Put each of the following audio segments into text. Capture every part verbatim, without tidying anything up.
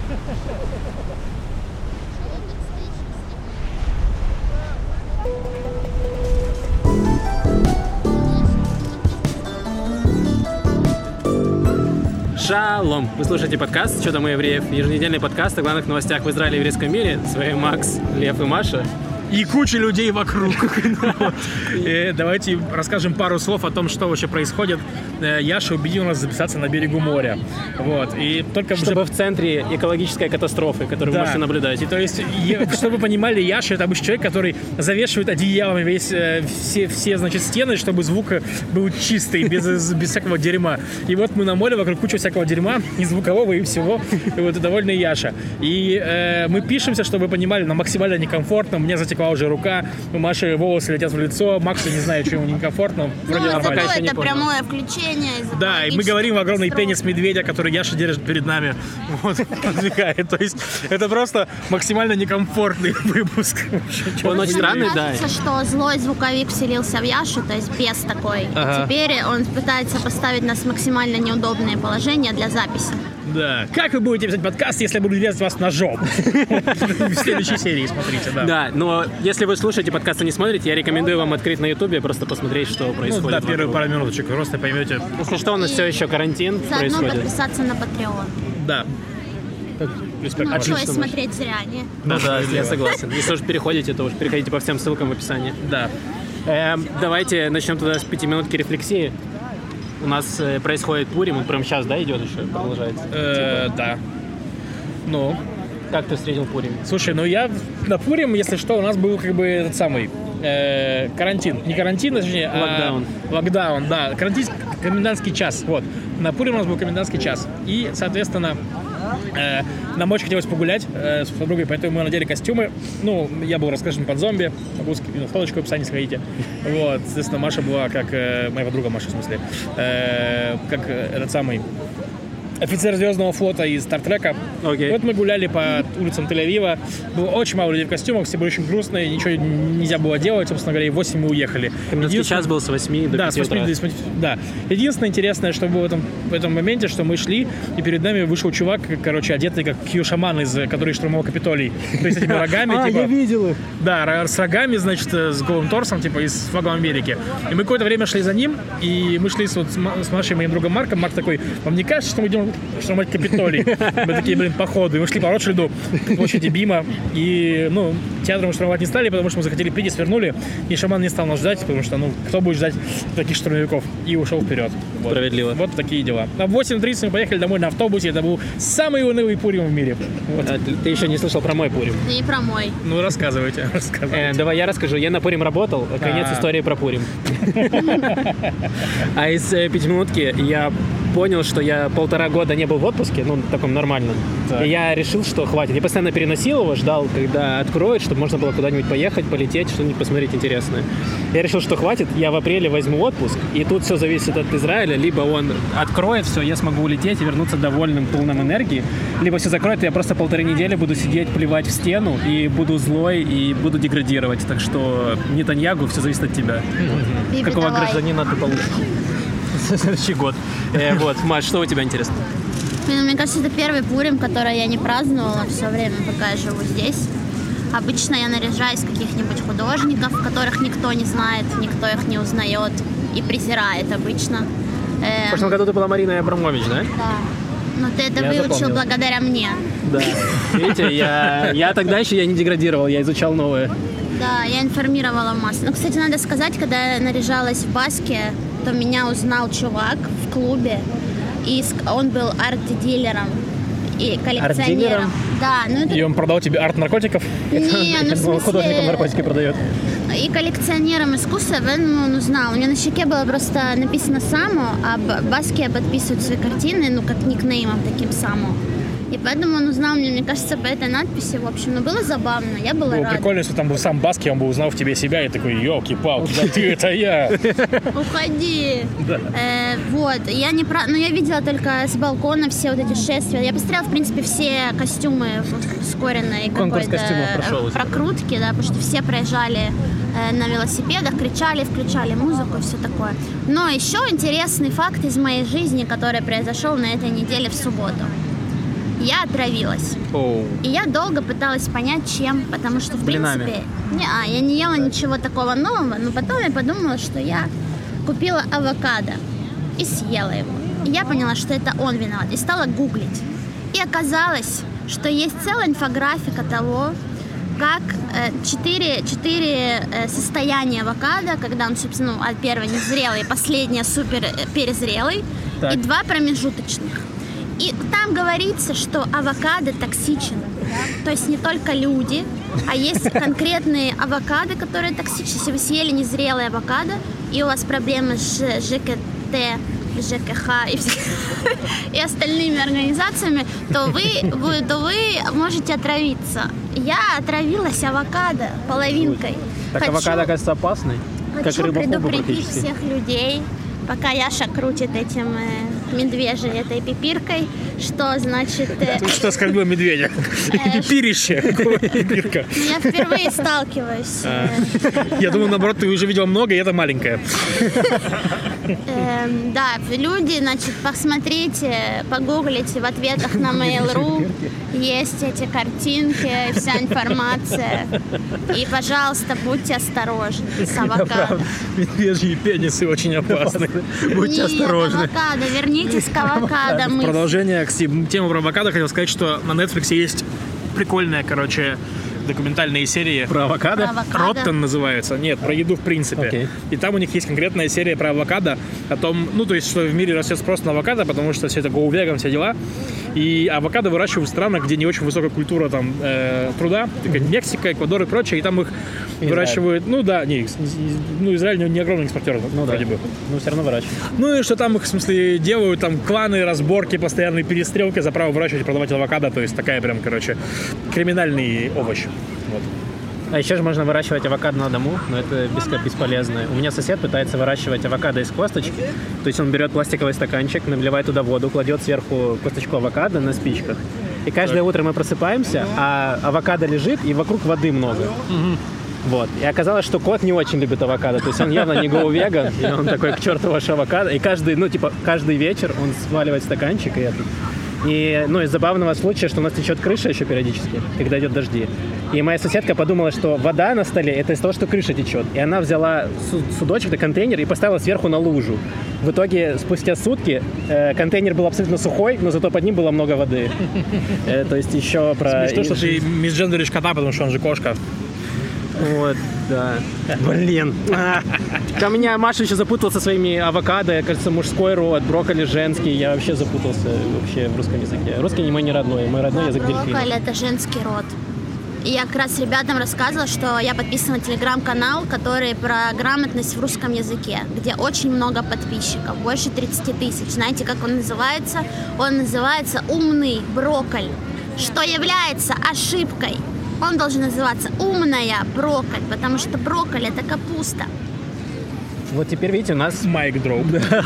Шалом! Вы слушаете подкаст «Что там у евреев?» Еженедельный подкаст о главных новостях в Израиле и еврейском мире. С вами Макс, Лев и Маша. И куча людей вокруг. И давайте расскажем пару слов о том, что вообще происходит. Яша убедил нас записаться на берегу моря. Вот. И только чтобы уже... в центре экологической катастрофы, которую да. вы можете наблюдать. И то есть, чтобы вы понимали, Яша — это обычный человек, который завешивает одеялами весь, все, все, значит, стены, чтобы звук был чистый, без, без всякого дерьма. И вот мы на море, вокруг куча всякого дерьма, и звукового, и всего. И вот довольный Яша. И э, мы пишемся, чтобы вы понимали, нам максимально некомфортно. Мне затекла уже рука, у Маши волосы летят в лицо, Максу не знаю, почему некомфортно. Вроде ну, зато это не прямое включение. Да, и мы говорим огромный пенис медведя, который Яша держит перед нами. Вот, подвигает. То есть это просто максимально некомфортный выпуск. Он очень странный, да. Мне кажется, что злой звуковик вселился в Яшу, то есть без такой. Ага. Теперь он пытается поставить нас в максимально неудобное положение для записи. Да. Как вы будете писать подкаст, если я буду резать вас ножом? В следующей серии смотрите, да. Да, но если вы слушаете подкаст и не смотрите, я рекомендую вам открыть на Ютубе, просто посмотреть, что происходит. Ну, да, первые пару минуточек, вы просто поймете. Если что, у нас все еще карантин происходит. Заодно подписаться на Patreon. Да. Ну, а что, если смотреть зря, не? Да, да, я согласен. Если уж переходите, то уж переходите по всем ссылкам в описании. Да. Эм, давайте начнем тогда с пятиминутки рефлексии. У нас э, происходит Пурим, он прямо сейчас, да, идет еще, продолжается? Э, да. Ну, как ты встретил Пурим? Слушай, ну я на Пурим, если что, у нас был как бы этот самый э, карантин. Не карантин, точнее, локдаун. а локдаун, да. Карантин, комендантский час, вот. На Пурим у нас был комендантский час. И, соответственно, э, нам очень хотелось погулять э, с подругой, поэтому мы надели костюмы. Ну, я был раскрашен под зомби. Могу ссылочку в описании сходите. Вот, соответственно, Маша была как... Э, моя подруга Маша, в смысле. Э, как э, этот самый... офицер Звездного флота из Стартрека. Okay. Вот мы гуляли по улицам Тель-Авива. Было очень мало людей в костюмах, все были очень грустные, ничего нельзя было делать. Собственно говоря, и в восемь мы уехали. Комендантский час был с восьми до да, пяти утра. Да, с восьми до да. Единственное интересное, что было в этом, в этом моменте, что мы шли, и перед нами вышел чувак, короче, одетый как Кью-шаман, из, который штурмовал Капитолий. То есть с этими рогами. А, я видел их. Да, с рогами, значит, с голым торсом, типа, и с флагом Америки. И мы какое-то время шли за ним, и мы шли с, вот, с Машей, моим другом Марком. Марк такой: вам не кажется, что мы идем штурмовать Капитолий? Мы такие, блин, походу. И мы шли по Ротшильду, к площади Бима. И, ну, театр мы штурмовать не стали, потому что мы захотели пить и свернули. И шаман не стал нас ждать, потому что, ну, кто будет ждать таких штурмовиков? И ушел вперед. Вот. Справедливо. Вот такие дела. А в восемь тридцать мы поехали домой на автобусе. Это был самый унылый Пурим в мире. Вот. А, ты, ты еще не слышал про мой Пурим? Да не про мой. Ну, рассказывайте. рассказывайте. Э, давай я расскажу. Я на Пурим работал. Конец А-а-а. истории про Пурим. А из пятиминутки я понял, что я полтора года не был в отпуске, ну, таком нормальном. Так. И я решил, что хватит. Я постоянно переносил его, ждал, когда откроют, чтобы можно было куда-нибудь поехать, полететь, что-нибудь посмотреть интересное. Я решил, что хватит, я в апреле возьму отпуск, и тут все зависит от Израиля. Либо он откроет все, я смогу улететь и вернуться довольным, полным энергии, либо все закроет, и я просто полторы недели буду сидеть, плевать в стену, и буду злой, и буду деградировать. Так что, Нетаньягу, все зависит от тебя. Биби, какого давай. гражданина ты получишь? Следующий год. Э, вот, Маш, что у тебя интересно? Мне кажется, это первый Пурим, который я не праздновала все время, пока я живу здесь. Обычно я наряжаюсь каких-нибудь художников, которых никто не знает, никто их не узнает и презирает обычно. Эм... В прошлом году ты была Марина Абрамович, да? Да. Но ты это я выучил запомнил. Благодаря мне. Да. Видите, я, я тогда еще я не деградировал, я изучал новое. Да, я информировала массу. Ну, кстати, надо сказать, когда я наряжалась в баске, то меня узнал чувак в клубе, и он был арт-дилером и коллекционером. Да, ну это... И он продал тебе арт-наркотиков? Не, ну в смысле... Художникам наркотики продает. И коллекционером искусства, поэтому он узнал. У меня на щеке было просто написано «Само», а в баске я подписываю свои картины, ну, как никнеймом таким «Само». И поэтому он узнал меня, мне кажется, по этой надписи, в общем, ну, было забавно, я была было рада. Прикольно, если там был сам Баски, он бы узнал в тебе себя и такой: ёлки-палки, да ты, это я. Уходи. Э, вот, я не про... Ну, я видела только с балкона все вот эти шествия. Я посмотрела, в принципе, все костюмы ускоренной какой-то прокрутки, да, потому что все проезжали э, на велосипедах, кричали, включали музыку и все такое. Но еще интересный факт из моей жизни, который произошел на этой неделе в субботу. я отравилась. Оу. И я долго пыталась понять, чем, потому что, в Блинами. принципе, не, а, я не ела ничего такого нового, но потом я подумала, что я купила авокадо и съела его. И я поняла, что это он виноват, и стала гуглить. И оказалось, что есть целая инфографика того, как э, четыре, четыре э, состояния авокадо, когда он, собственно, ну, первый незрелый, последний супер э, перезрелый, Так. и два промежуточных. И там говорится, что авокадо токсичен. То есть не только люди, а есть конкретные авокадо, которые токсичны. Если вы съели незрелый авокадо, и у вас проблемы с ЖКТ, ЖКХ и, и остальными организациями, то вы, вы, то вы можете отравиться. Я отравилась авокадо половинкой. Так Хочу- авокадо, кажется, опасный. Как Хочу рыбофобы предупредить практически. всех людей, пока Яша крутит этим э, медвежьей этой пипиркой, что значит... э, Ты что оскорбил медведя? Пипирище. Пипирка. ну, я впервые сталкиваюсь. э, Я думаю, наоборот, ты уже видел много, и это маленькое. Эм, да, люди, значит, посмотрите, погуглите в ответах на Mail.ru, есть эти картинки, вся информация. И, пожалуйста, будьте осторожны с авокадо. Медвежьи пенисы очень опасны. Будьте Нет, осторожны. авокадо, вернитесь к авокадо. В Мы... продолжение к теме про авокадо хотел сказать, что на Netflix есть прикольная, короче, документальные серии. Про авокадо? Про авокадо. Роттен называется. Нет, про еду в принципе. Окей. И там у них есть конкретная серия про авокадо, о том, ну, то есть, что в мире растет спрос на авокадо, потому что все это go vegan, все дела. И авокадо выращивают в странах, где не очень высокая культура там э, труда, такая Мексика, Эквадор и прочее, и там их Израиль. выращивают, ну да, не, из- из- ну Израиль не, не огромный экспортер, Ну да. вроде бы. Ну, все равно выращивают. Ну и что там их, в смысле, делают, там кланы, разборки, постоянные перестрелки за право выращивать и продавать авокадо, то есть такая прям, короче, криминальный овощ. Вот. А еще же можно выращивать авокадо на дому, но это беско- бесполезно. У меня сосед пытается выращивать авокадо из косточки. То есть он берет пластиковый стаканчик, наливает туда воду, кладет сверху косточку авокадо на спичках. И каждое утро мы просыпаемся, а авокадо лежит, и вокруг воды много. Вот. И оказалось, что кот не очень любит авокадо. То есть он явно не go vegan, и он такой, к черту ваш авокадо. И каждый, ну, типа, каждый вечер он сваливает стаканчик и это. И, ну, из забавного случая, что у нас течет крыша еще периодически, когда идет дожди. И моя соседка подумала, что вода на столе – это из того, что крыша течет. И она взяла су- судочек, да, контейнер и поставила сверху на лужу. В итоге, спустя сутки, э, контейнер был абсолютно сухой, но зато под ним было много воды. Э, то есть еще про... Смешно, что ты мисджендеришь кота, потому что он же кошка. Вот, да. Блин. А. У меня Маша еще запутался со своими авокадо, кажется, мужской род, брокколи женский. Я вообще запутался вообще в русском языке. Русский не мой не родной, мой родной язык дельфина. Брокколи – это женский род. И я как раз ребятам рассказывала, что я подписана на телеграм-канал, который про грамотность в русском языке, где очень много подписчиков, больше тридцать тысяч. Знаете, как он называется? Он называется «Умный брокколь», что является ошибкой. Он должен называться «Умная брокколь», потому что брокколь – это капуста. Вот теперь, видите, у нас... Майк дроп.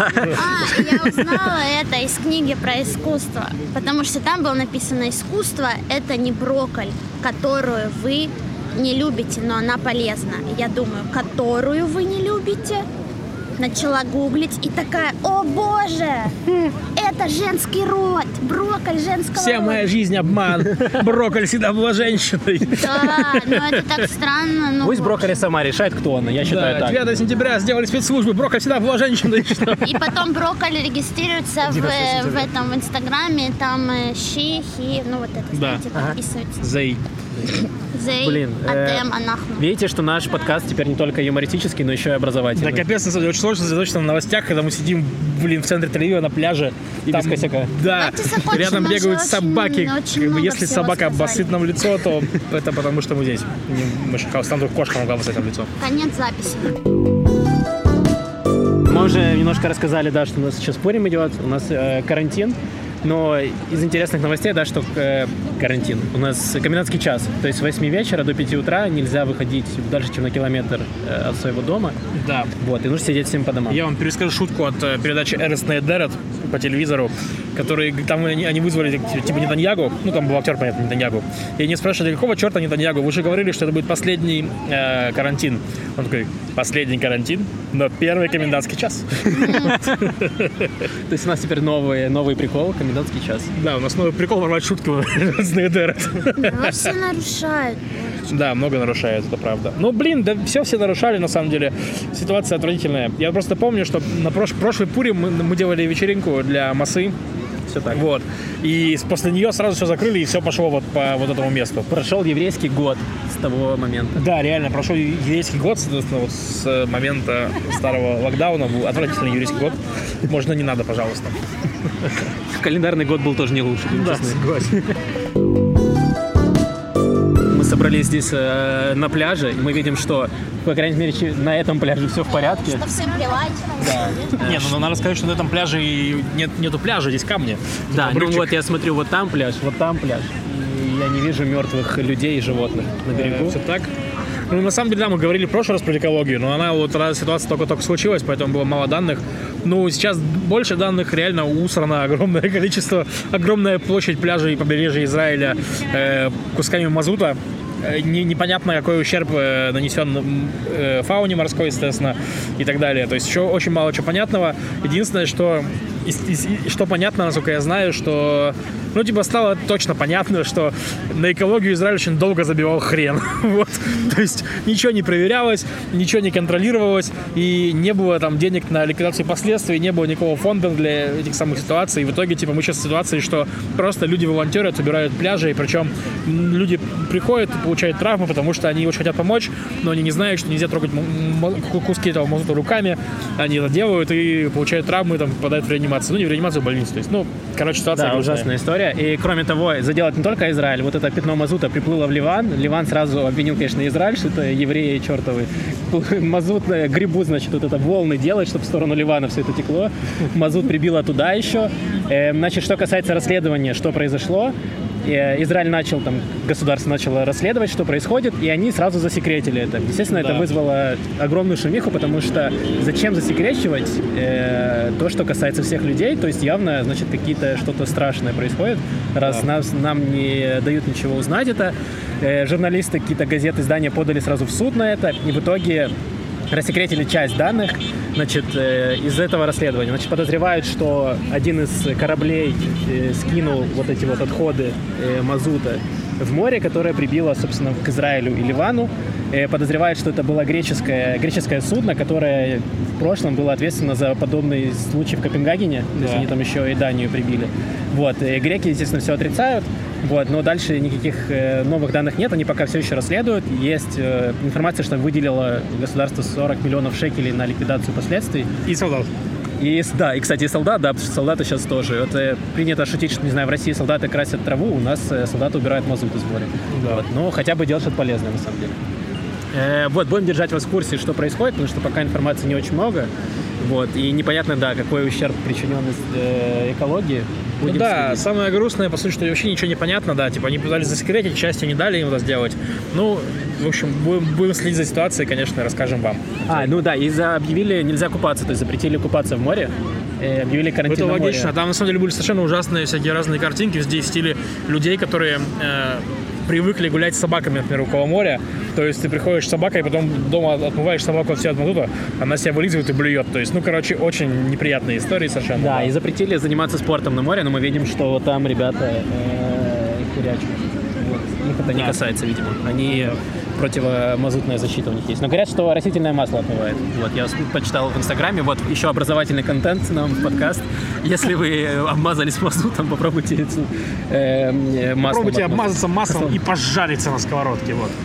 А, я узнала это из книги про искусство, потому что там было написано: искусство – это не брокколь, которую вы не любите, но она полезна. И я думаю, которую вы не любите? Начала гуглить и такая: о боже, это женский род, брокколь женского Вся рода. моя жизнь обман. Брокколи всегда была женщиной. Да, но это так странно. Ну, Пусть вот. брокколи сама решает, кто она, я считаю Да, так. девятого сентября сделали спецслужбы. Брокколи всегда была женщиной. И потом брокколи регистрируется в, в этом в Инстаграме, там э, щи, хи, ну вот это, Да. знаете, Ага. подписываются. Зей. Зей, Блин, э, Атем, Анахму. Видите, что наш подкаст теперь не только юмористический, но еще и Да, образовательный. капец, на самом деле, очень сложно сосредоточиться на новостях, когда мы сидим, блин, в центре Тель-Авива на пляже. И без косяка. Да, Давайте закончим, рядом мы же бегают очень- собаки. очень Как бы, много если всего собака сказали. обоссит нам лицо, то это потому, что мы здесь. Не- Мы же там вдруг кошка могла обоссать нам лицо. Конец записи. Мы уже немножко рассказали, да, что у нас сейчас Пурим идет, у нас э, карантин. Но из интересных новостей, да, что э, карантин. У нас комендантский час. То есть с восьми вечера до пяти утра нельзя выходить дальше, чем на километр э, от своего дома. Да. Вот, и нужно сидеть всем по домам. Я вам перескажу шутку от э, передачи Эрнест Нейдерет по телевизору. который там они, они вызвали типа Нетаньягу, ну там был актер, понятно, Нетаньягу, и они спрашивали, какого черта Нетаньягу? Вы же говорили, что это будет последний э, карантин. Он такой, последний карантин, но первый комендантский час. То есть у нас теперь новый, новый прикол, комендантский час. Да, у нас новый прикол ворвать шутки с НДР. Но все нарушают. Да, много нарушают, это правда. Ну, блин, да все все нарушали, на самом деле. Ситуация отвратительная. Я просто помню, что на прош- прошлый Пурим мы, мы делали вечеринку для Масы. Все так. Вот. И после нее сразу все закрыли, и все пошло вот по вот этому месту. Прошел еврейский год с того момента. Да, реально, прошел еврейский год, соответственно, вот с момента старого локдауна. Был отвратительный еврейский год. Можно не надо, пожалуйста. Календарный год был тоже не лучше. Да, согласен. Мы собрались здесь э, на пляже, и мы видим, что, по крайней мере, на этом пляже все в порядке. Что всем плевать. Да. Не, ну надо сказать, что на этом пляже нет, нету пляжа, здесь камни. Да, ну Обрывчик. вот я смотрю, вот там пляж, вот там пляж. И я не вижу мертвых людей и животных на берегу. Э, все так. Ну, на самом деле, да, мы говорили в прошлый раз про экологию, но она вот раз ситуация только-только случилась, поэтому было мало данных. Ну, сейчас больше данных, реально усрано огромное количество, огромная площадь пляжей и побережья Израиля э, кусками мазута. Э, не, непонятно, какой ущерб э, нанесен э, фауне морской, естественно, и так далее. То есть еще очень мало чего понятного. Единственное, что, из, из, что понятно, насколько я знаю, что... Ну, типа, стало точно понятно, что на экологию Израиль очень долго забивал хрен. Вот. То есть ничего не проверялось, ничего не контролировалось, и не было там денег на ликвидацию последствий, не было никакого фонда для этих самых ситуаций. И в итоге, типа, мы сейчас в ситуации, что просто люди волонтерят, убирают пляжи, и причем люди приходят и получают травмы, потому что они очень хотят помочь, но они не знают, что нельзя трогать м- м- куски этого мазута руками. Они это делают и получают травмы, там, попадают в реанимацию. Ну, не в реанимацию, в больницу. То есть, ну, короче, ситуация Да, грустная. ужасная история. И, кроме того, заделать не только Израиль. Вот это пятно мазута приплыло в Ливан. Ливан сразу обвинил, конечно, Израиль, что это евреи чертовы. Мазут грибут, значит, вот это волны делать, чтобы в сторону Ливана все это текло. Мазут прибило туда еще. Значит, что касается расследования, что произошло. Израиль начал, там, государство начало расследовать, что происходит, и они сразу засекретили это. Естественно, да. Это вызвало огромную шумиху, потому что зачем засекречивать э, то, что касается всех людей? То есть явно, значит, какие-то что-то страшное происходит, раз да. нас, нам не дают ничего узнать это. Э, журналисты, какие-то газеты, издания подали сразу в суд на это, и в итоге рассекретили часть данных, значит, э, из этого расследования. Значит, подозревают, что один из кораблей э, скинул вот эти вот отходы э, мазута в море, которое прибило, собственно, к Израилю и Ливану. Э, подозревают, что это было греческое, греческое судно, которое в прошлом было ответственно за подобный случай в Копенгагене. Да. То есть они там еще и Данию прибили. Вот. И греки, естественно, все отрицают. Вот, но дальше никаких э, новых данных нет, они пока все еще расследуют. Есть э, информация, что выделило государство сорок миллионов шекелей на ликвидацию последствий. И солдат. И, да, и, кстати, и солдат, да, потому что солдаты сейчас тоже. Вот, э, принято шутить, что, не знаю, в России солдаты красят траву, у нас э, солдаты убирают мазут из моря. Да. Вот, но хотя бы делать что-то полезное, на самом деле. Э, вот, будем держать вас в курсе, что происходит, потому что пока информации не очень много. Вот, и непонятно, да, какой ущерб причинен э, экологии. Ну да, следить. Самое грустное, по сути, что вообще ничего не понятно, да, типа они пытались засекретить, частью не дали им это сделать. Ну, в общем, будем, будем следить за ситуацией, конечно, расскажем вам. А, ну да, и за, объявили нельзя купаться, то есть запретили купаться в море, э, объявили карантин это на море. логично, там на самом деле были совершенно ужасные всякие разные картинки, везде в стиле людей, которые э, привыкли гулять с собаками, например, около моря. То есть ты приходишь с собакой, потом дома отмываешь собаку от всего от мазута, она себя вылизывает и блюет. То есть, ну, короче, очень неприятные истории совершенно. Да, и запретили заниматься спортом на море, но мы видим, что вот там ребята э, херячат. Вот. Их это да. не касается, видимо. Они противомазутная защита у них есть. Но говорят, что растительное масло отмывает. Вот, я почитал в Инстаграме, вот еще образовательный контент нам в подкаст. Если вы обмазались мазутом, попробуйте э, маслом. Попробуйте обмазаться маслом и пожариться на сковородке, вот.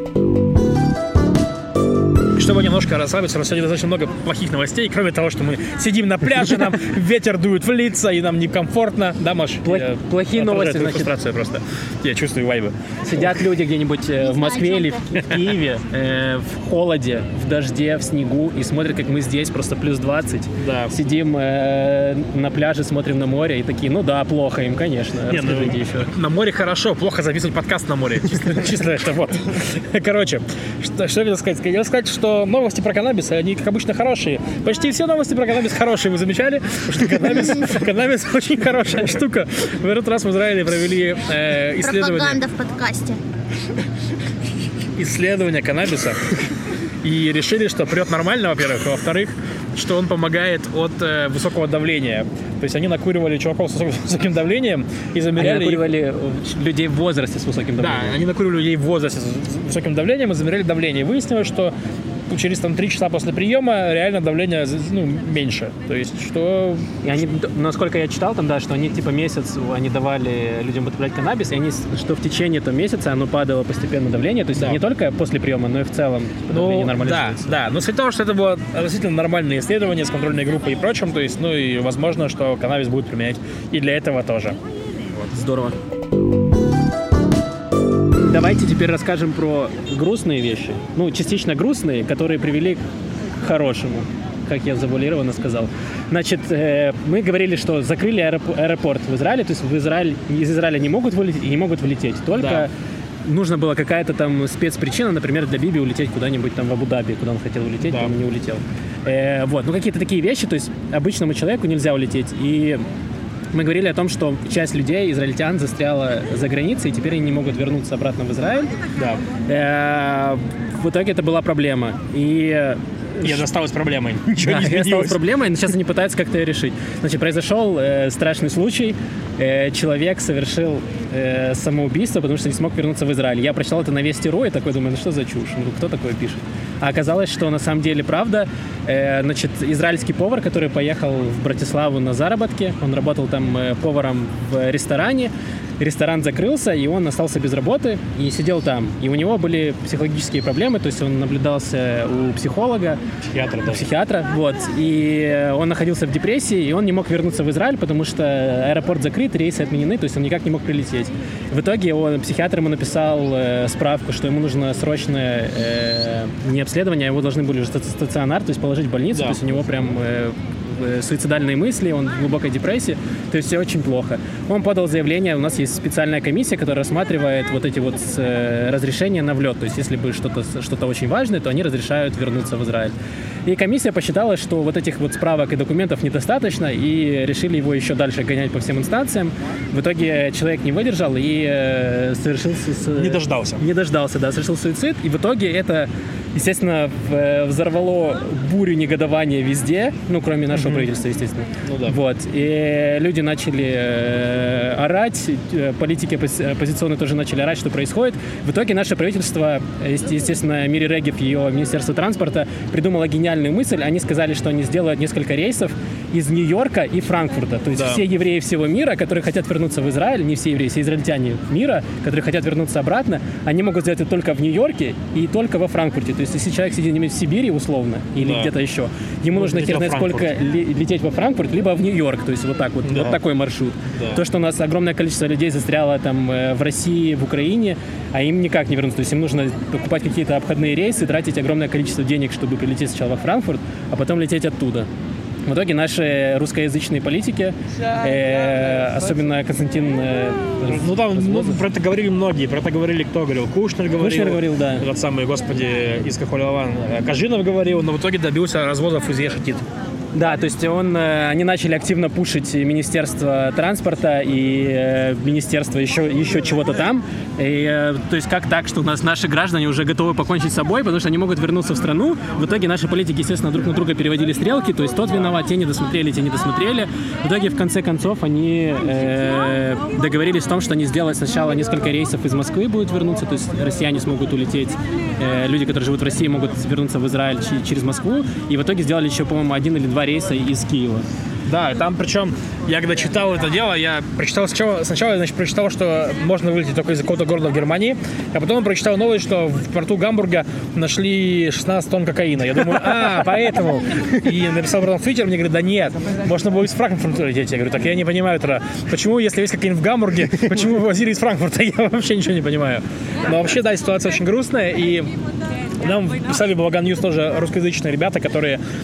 Чтобы немножко расслабиться, у нас сегодня достаточно много плохих новостей, кроме того, что мы сидим на пляже, нам ветер дует в лица, и нам некомфортно. Да, Маш? Плох- плохие новости, значит. Фрустрация просто. Я чувствую вайбы. Сидят люди где-нибудь э, в Москве или в, в Киеве, э, в холоде, в дожде, в снегу, и смотрят, как мы здесь, просто плюс двадцать. Да. Сидим э, на пляже, смотрим на море, и такие, ну да, плохо им, конечно. Не, ну, еще. На море хорошо, плохо записывать подкаст на море. Чисто, чисто это вот. Короче, что, что я хотел сказать? Я хотел сказать, что но новости про каннабис, они, как обычно, хорошие. Почти все новости про каннабис хорошие, вы замечали? Потому что каннабис, каннабис очень хорошая штука. В этот раз в Израиле провели э, исследование... Пропаганда в подкасте. Исследование каннабиса. И решили, что прет нормально, во-первых. Во-вторых, что он помогает от э, высокого давления. То есть они накуривали чуваков с высоким давлением и замеряли... Они накуривали людей в возрасте с высоким давлением. Да, они накуривали людей в возрасте с высоким давлением и замеряли давление. И выяснилось, что через там три часа после приема реально давление, ну, меньше. То есть, что... И они, насколько я читал там, да, что они типа месяц они давали людям употреблять каннабис, и они, что в течение этого месяца оно падало постепенно давление, то есть да. не только после приема, но и в целом типа, ну, давление нормализуется. Да, да, но суть того, что это было относительно нормальное исследование с контрольной группой и прочим, то есть, ну и возможно, что каннабис будет применять и для этого тоже. Вот, здорово. Давайте теперь расскажем про грустные вещи, ну, частично грустные, которые привели к хорошему, как я завуалированно сказал. Значит, э, мы говорили, что закрыли аэропорт, аэропорт в Израиле, то есть в Израиль, из Израиля не могут вылететь и не могут влететь, только да. нужна была какая-то там спецпричина, например, для Биби улететь куда-нибудь там в Абу-Даби, куда он хотел улететь, да. но не улетел. Э, вот, ну какие-то такие вещи, то есть обычному человеку нельзя улететь, и... Мы говорили о том, что часть людей, израильтян, застряла за границей, и теперь они не могут вернуться обратно в Израиль. Да. Э-э- в итоге это была проблема. И... И это осталось проблемой. Ничего да, не изменилось. осталось проблемой, но сейчас они пытаются как-то ее решить. Значит, произошел э, страшный случай. Э, человек совершил э, самоубийство, потому что не смог вернуться в Израиль. Я прочитал это на Вести.ру и такой думаю, ну что за чушь? Ну, кто такое пишет? А оказалось, что на самом деле правда. Э, значит, израильский повар, который поехал в Братиславу на заработки, он работал там э, поваром в ресторане. Ресторан закрылся, и он остался без работы и сидел там. И у него были психологические проблемы, то есть он наблюдался у психолога, психиатра, да. психиатра, вот. И он находился в депрессии, и он не мог вернуться в Израиль, потому что аэропорт закрыт, рейсы отменены, то есть он никак не мог прилететь. В итоге он, психиатр ему написал э, справку, что ему нужно срочное э, не обследование, а его должны были уже стационар, то есть положить в больницу, да. то есть у него прям... Э, суицидальные мысли, он в глубокой депрессии, то есть все очень плохо. Он подал заявление, у нас есть специальная комиссия, которая рассматривает вот эти вот э, разрешения на влет, то есть если бы что-то, что-то очень важное, то они разрешают вернуться в Израиль. И комиссия посчитала, что вот этих вот справок и документов недостаточно, и решили его еще дальше гонять по всем инстанциям. В итоге человек не выдержал и э, совершил... С... Не дождался. Не дождался, да, совершил суицид, и в итоге это, естественно, взорвало бурю негодования везде, ну, кроме нашего mm-hmm. правительства, естественно. Ну да. Вот. И люди начали э, орать, политики оппозиционные тоже начали орать, что происходит. В итоге наше правительство, естественно, Мири Регев, ее Министерство транспорта, придумало гениальную мысль. Они сказали, что они сделают несколько рейсов из Нью-Йорка и Франкфурта. То есть да. все евреи всего мира, которые хотят вернуться в Израиль, не все евреи, все израильтяне мира, которые хотят вернуться обратно, они могут сделать это только в Нью-Йорке и только во Франкфурте. То есть если человек сидит в Сибири, условно, или да. где-то еще, ему нужно хер знает сколько лететь во Франкфурт, либо в Нью-Йорк. То есть вот так вот, да. вот такой маршрут. Да. То, что у нас огромное количество людей застряло там в России, в Украине, а им никак не вернуться. То есть им нужно покупать какие-то обходные рейсы, тратить огромное количество денег, чтобы прилететь сначала во Франкфурт, а потом лететь оттуда. В итоге наши русскоязычные политики, э, особенно Константин... Э, ну там ну, про это говорили многие, про это говорили, кто говорил? Кушнер говорил. Кушнер говорил, да. Этот самый, господи, из Кахолеван, Кажинов говорил, но в итоге добился разводов из Ешатит. Да, то есть он, они начали активно пушить Министерство транспорта и Министерство еще, еще чего-то там. И, то есть как так, что у нас наши граждане уже готовы покончить с собой, потому что они могут вернуться в страну. В итоге наши политики, естественно, друг на друга переводили стрелки, то есть тот виноват, те не досмотрели, те не досмотрели. В итоге, в конце концов, они э, договорились о том, что они сделают сначала несколько рейсов из Москвы будут вернуться, то есть россияне смогут улететь, э, люди, которые живут в России, могут вернуться в Израиль через Москву. И в итоге сделали еще, по-моему, один или два рейса из Киева. Да, и там причем, я когда читал это дело, я прочитал сначала, сначала я, значит, прочитал, что можно вылететь только из какого-то города в Германии, а потом я прочитал новость, что в порту Гамбурга нашли шестнадцать тонн кокаина. Я думаю, а, поэтому. И написал потом в Твиттер, мне говорят, да нет, можно было из Франкфурта лететь. Я говорю, так я не понимаю тогда, почему, если есть кокаин в Гамбурге, почему возили из Франкфурта, я вообще ничего не понимаю. Но вообще, да, ситуация очень грустная, и нам писали в Благан Ньюс тоже русскоязычные ребята, которые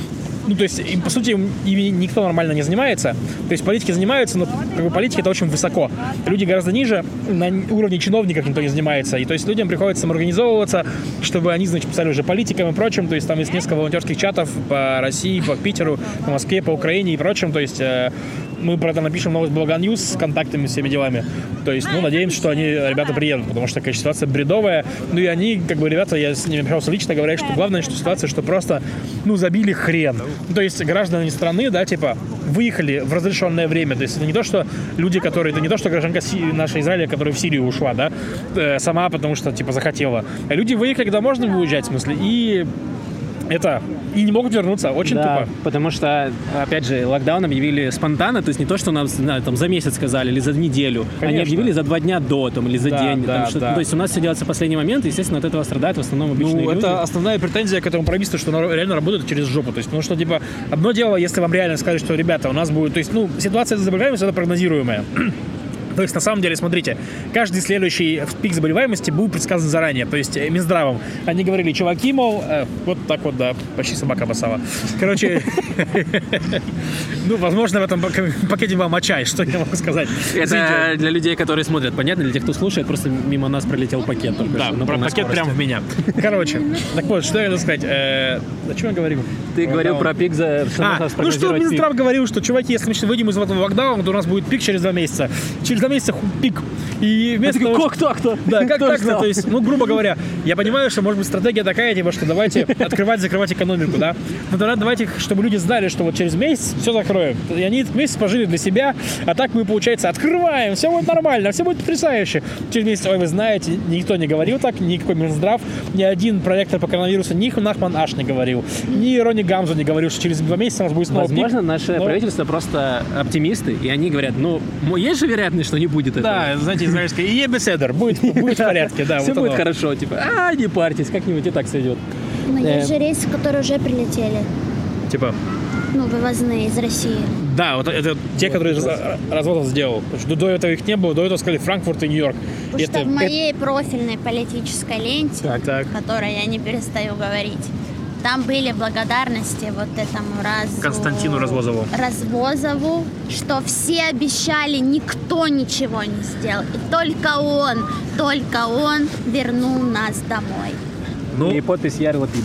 ну, то есть, им, по сути, ими никто нормально не занимается. То есть политики занимаются, но как бы, политики это очень высоко. Люди гораздо ниже, на уровне чиновников никто не занимается. И то есть людям приходится самоорганизовываться, чтобы они, значит, писали уже политикам и прочим. То есть там есть несколько волонтерских чатов по России, по Питеру, по Москве, по Украине и прочим. То есть э, мы про это напишем новость Блога Ньюс с контактами, с всеми делами. То есть, ну, надеемся, что они, ребята, приедут, потому что такая ситуация бредовая. Ну и они, как бы, ребята, я с ними общался лично, говорят, что главное, что ситуация, что просто, ну, забили хрен. Ну, то есть граждане страны, да, типа, выехали в разрешенное время. То есть это не то, что люди, которые... Это не то, что гражданка наша Израиля, которая в Сирию ушла, да, э, сама, потому что, типа, захотела. А люди выехали, когда можно выезжать, в смысле, и... Это, и не могут вернуться, очень да, тупо. Потому что, опять же, локдаун объявили спонтанно, то есть не то, что нам знаю, там, за месяц сказали или за неделю. Конечно. Они объявили за два дня до, там, или за да, день. Да, там, что, да. То есть у нас все делается в последний момент, и, естественно, от этого страдают в основном обычные ну, люди. Это основная претензия к этому правительству, что оно реально работает через жопу. То есть, потому что, типа, одно дело, если вам реально сказать, что, ребята, у нас будет... То есть, ну, ситуация с заболеваемостью, это прогнозируемая. То есть, на самом деле, смотрите, каждый следующий пик заболеваемости был предсказан заранее, то есть Минздравом. Они говорили, чуваки, мол, э, вот так вот, да, почти собака обоссала. Короче, ну, возможно, в этом пакете была моча, что я могу сказать. Это для людей, которые смотрят, понятно, для тех, кто слушает, просто мимо нас пролетел пакет только да, что. Да, пакет прямо в меня. Короче, так вот, что я хотел сказать. О чем я говорил? Ты говорил про пик за... А, ну что, Минздрав говорил, что, чуваки, если мы выйдем из этого локдауна, то у нас будет пик через два месяца. Через два месяца пик. И вместо того, кто, кто? Да, как так-то? То есть, ну, грубо говоря, я понимаю, что, может быть, стратегия такая, типа, что давайте открывать, закрывать экономику, да? Но тогда давайте, чтобы люди знали, что вот через месяц все закроем. И они этот месяц пожили для себя, а так мы, получается, открываем, все будет нормально, все будет потрясающе. Через месяц, ой, вы знаете, никто не говорил так, никакой Минздрав, ни один проректор по коронавирусу, ни Нахман Аш не говорил, ни Ронни Гамзу не говорил, что через два месяца у нас будет снова пик. Возможно, наше но... правительство просто оптимисты, и они говорят, ну, есть же вероятность, что не будет этого. Да, знаете, израильское «и беседер», будет, будет в порядке, да. Все вот будет оно. хорошо, типа, а, не парьтесь, как-нибудь и так сойдет. Но есть же рейсы, которые уже прилетели. Типа? Ну, вывозные из России. Да, вот это те, которые раз, разводов сделал. Потому что до этого их не было, до этого сказали Франкфурт и Нью-Йорк. Потому это, что в моей это... профильной политической ленте, так, так. которой я не перестаю говорить, там были благодарности вот этому Разву... Константину Развозову. Развозову, что все обещали, никто ничего не сделал. И только он, только он вернул нас домой. Ну, и подпись Яр Лапид,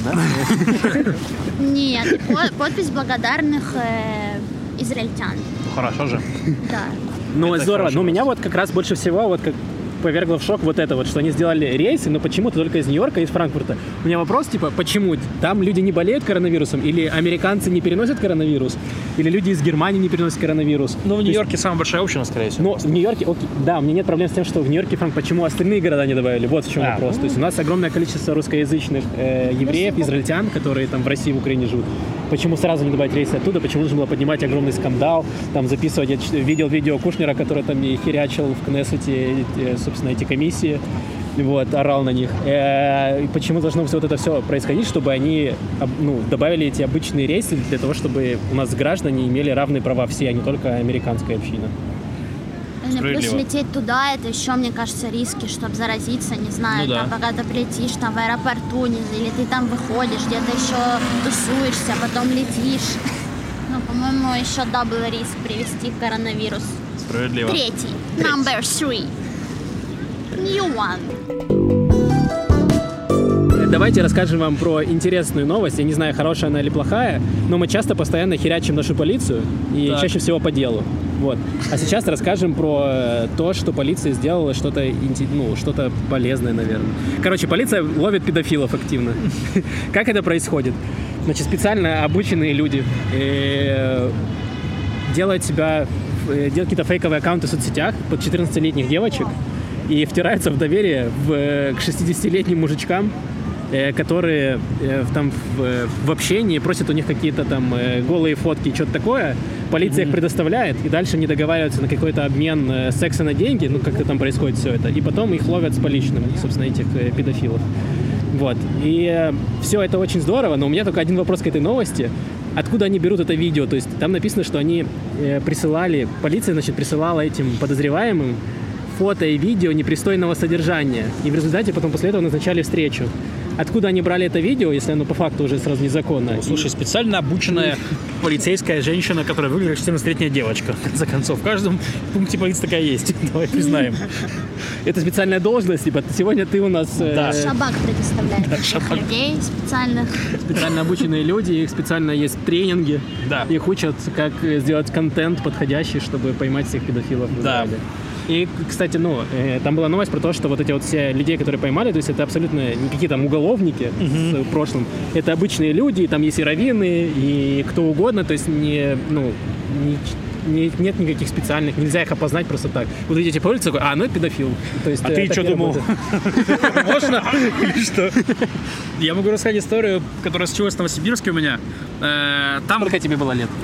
да? Нет, подпись благодарных э, израильтян. Хорошо же. Да. Ну, здорово. Ну, меня вот как раз больше всего вот как повергло в шок вот это вот, что они сделали рейсы, но почему-то только из Нью-Йорка и из Франкфурта. У меня вопрос, типа, почему? Там люди не болеют коронавирусом? Или американцы не переносят коронавирус? Или люди из Германии не переносят коронавирус? Ну, в Нью-Йорке есть... самая большая община, скорее всего. Ну, в Нью-Йорке, окей, да, у меня нет проблем с тем, что в Нью-Йорке и Франкфурте, почему остальные города не добавили? Вот в чем а, вопрос. Ну... То есть у нас огромное количество русскоязычных э, евреев, израильтян, которые там в России, в Украине живут. Почему сразу не добавить рейсы оттуда? Почему нужно было поднимать огромный скандал, там записывать? Я видел видео Кушнера, который там и херячил в Кнессете, собственно, эти комиссии, вот, орал на них. И почему должно все вот это все происходить, чтобы они, ну, добавили эти обычные рейсы для того, чтобы у нас граждане имели равные права все, а не только американская община? Плюс лететь туда, это еще, мне кажется, риски, чтобы заразиться, не знаю, ну, там, да. пока ты полетишь там в аэропорту, не, или ты там выходишь, где-то еще тусуешься, потом летишь. Ну, по-моему, еще дабл риск привести коронавирус. Справедливо. Третий. Number three. New one. Давайте расскажем вам про интересную новость. Я не знаю, хорошая она или плохая, но мы часто постоянно херячим нашу полицию, и так. чаще всего по делу. Вот. А сейчас расскажем про то, что полиция сделала что-то, ну, что-то полезное, наверное. Короче, полиция ловит педофилов активно. Как это происходит? Значит, специально обученные люди делают себя, делают какие-то фейковые аккаунты в соцсетях под четырнадцатилетних девочек и втираются в доверие в, к шестидесятилетним мужичкам, которые э, там в, в общении просят у них какие-то там э, голые фотки и что-то такое. Полиция mm-hmm. их предоставляет, и дальше они договариваются на какой-то обмен э, секса на деньги, ну, как-то там происходит все это, и потом их ловят с поличным, собственно, этих э, педофилов. Вот. И э, все это очень здорово, но у меня только один вопрос к этой новости. Откуда они берут это видео? То есть там написано, что они э, присылали, полиция, значит, присылала этим подозреваемым фото и видео непристойного содержания. И в результате потом после этого назначали встречу. откуда они брали это видео, если оно по факту уже сразу незаконно. Ну, слушай, специально обученная полицейская женщина, которая выглядит как четырнадцатилетняя девочка. В конце концов, в каждом пункте полиции такая есть. Давай признаем. Это специальная должность, типа, сегодня ты у нас... Да. Э... Шабак предоставляет да, шабак. людей специальных. Специально обученные люди, их специально есть тренинги. Да. Их учат, как сделать контент подходящий, чтобы поймать всех педофилов в да. Израиле. И, кстати, ну, э, там была новость про то, что вот эти вот все людей, которые поймали, то есть это абсолютно не какие там уголовники uh-huh. с прошлым, это обычные люди, и там есть и раввины, и кто угодно, то есть не, ну, не, не, нет никаких специальных, нельзя их опознать просто так. Вот идете по улице, такой, а, ну это педофил. То есть, а ты что думал? Можно? Или что? Я могу рассказать историю, которая случилась в Новосибирске у меня. Там... Сколько тебе было лет?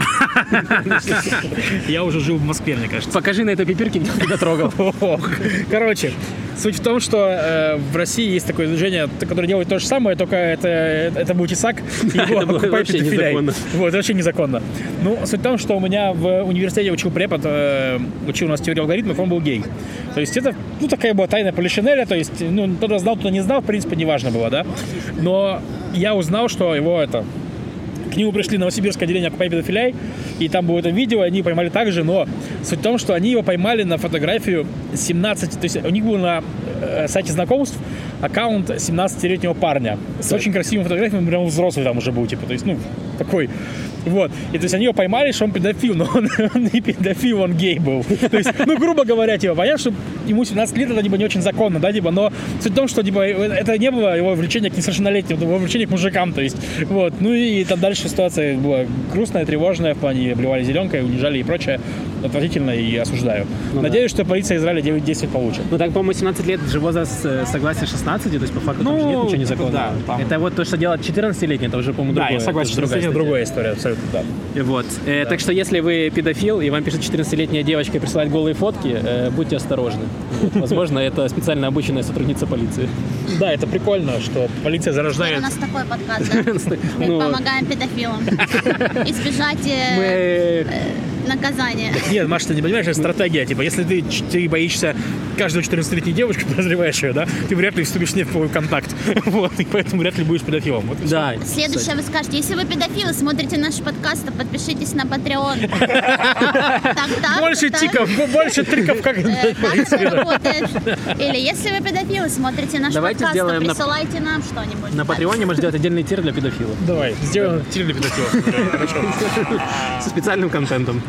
Я уже жил в Москве, мне кажется. Покажи на этой пипирке, где ты дотрогал. Короче, суть в том, что э, в России есть такое движение, которое делает то же самое, только это, это Бутисак, его оккупает педофилией. Вот, это вообще незаконно. Ну, суть в том, что у меня в университете учил препод, э, учил у нас теорию алгоритмов, он был гей. То есть это, ну, такая была тайна полишинеля, то есть, ну, кто-то знал, кто-то не знал, в принципе, неважно было, да. Но я узнал, что его это... К нему пришли новосибирское отделение «Оккупай педофилей», и там было это видео, они поймали также, но суть в том, что они его поймали на фотографию семнадцати, то есть у них был на э, сайте знакомств аккаунт семнадцатилетнего парня с так. очень красивыми фотографиями, прям взрослый там уже был, типа, то есть, ну, такой, вот. И то есть они его поймали, что он педофил, но он, он не педофил, он гей был. То есть, ну, грубо говоря, типа, понятно, что ему семнадцать лет, это, типа, не очень законно, да, типа, но суть в том, что, типа, это не было его влечение к несовершеннолетним, это было влечение к мужикам, то есть, вот. Ну и там дальше ситуация была грустная, тревожная, в плане обливали зеленкой, унижали и прочее. Отвратительно и осуждаю. Ну, Надеюсь, да. что полиция Израиля девять десять получит. Ну так, по-моему, семнадцать лет же возраст согласия шестнадцати, то есть по факту ну, там же нет ничего незаконного. Да, там... Это вот то, что делать четырнадцатилетний, это уже, по-моему, да, другое. Да, я согласен, четырнадцатилетний другая история, абсолютно, да. Вот. Э, да. Так что если вы педофил, и вам пишет четырнадцатилетняя девочка и присылает голые фотки, э, будьте осторожны. Вот. Возможно, это специально обученная сотрудница полиции. Да, это прикольно, что полиция зарождает... У нас такой подкаст, да? Мы помогаем педофилам избежать наказания. Нет, Маша, ты не понимаешь, это стратегия. Типа, если ты, ты боишься каждую четырнадцатилетней девочки, подозреваешь ее, да, ты вряд ли вступишь с ней в полный контакт. Вот, и поэтому вряд ли будешь педофилом. Вот да. Следующее вы скажете, если вы педофилы, смотрите наш подкаст, то подпишитесь на Patreon. Больше тиков, больше триков, как это работает. Или если вы педофилы, смотрите наш подкаст, то присылайте нам что-нибудь. На Патреоне можешь сделать отдельный тир для педофилов. Давай, сделаем тир для педофилов. Со специальным контентом.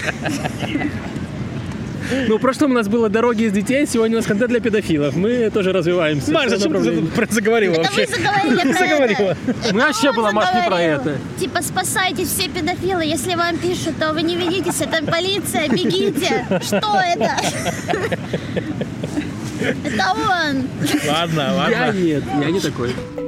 Ну, в прошлом у нас было «Дороги из детей», сегодня у нас контент для педофилов. Мы тоже развиваемся. Маш, зачем ты заговорила вообще? Это вы заговорили про это. Ну, вообще было, Маш, не про это. Типа, спасайтесь все педофилы. Если вам пишут, то вы не ведитесь, это полиция, бегите. Что это? Это он. Ладно, ладно. Я нет, я не такой.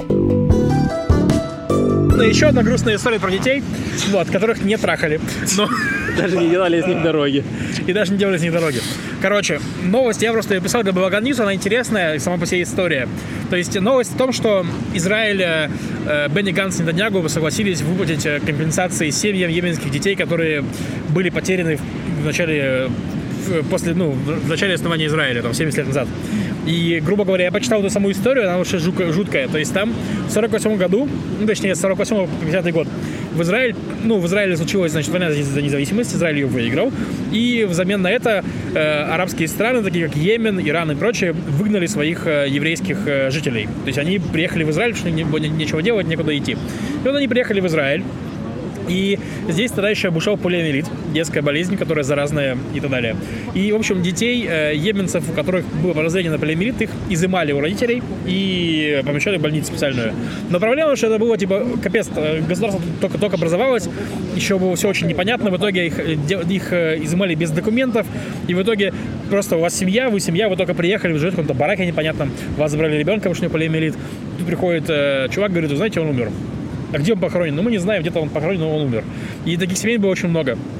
Еще одна грустная история про детей, вот, которых не трахали. Но... Даже не делали из них дороги. И даже не делали из них дороги. Короче, новость я просто писал для Благо Ньюс, она интересная, сама по себе история. То есть новость в том, что Израиль, э, Бенни Ганц и Нетаньяху согласились выплатить компенсации семьям йеменских детей, которые были потеряны в начале, после, ну, в начале основания Израиля, там, семьдесят лет назад. И, грубо говоря, я почитал эту саму историю, она вообще жуткая. То есть там в сорок восьмом году, ну, точнее, с сорок восьмого по пятидесятый год, в Израиль, ну, в Израиле случилась, значит, война за независимость, Израиль ее выиграл, и взамен на это э, арабские страны, такие как Йемен, Иран и прочее, выгнали своих э, еврейских э, жителей. То есть они приехали в Израиль, потому что не, нечего делать, некуда идти. И вот они приехали в Израиль, и здесь тогда еще обушал полиомиелит, детская болезнь, которая заразная и так далее. И, в общем, детей, э, йеменцев, у которых было подозрение на полиомиелит, их изымали у родителей и помещали в больницу специальную. Но проблема, что это было, типа, капец, государство только-только образовалось, еще было все очень непонятно, в итоге их, их изымали без документов, и в итоге просто у вас семья, вы семья, вы только приехали, вы живете в каком-то бараке непонятном, вас забрали ребенка, потому что у него полиомиелит, тут приходит э, чувак, говорит, вы знаете, он умер. А где он похоронен? Ну, мы не знаем, где-то он похоронен, но он умер. И таких семей было очень много.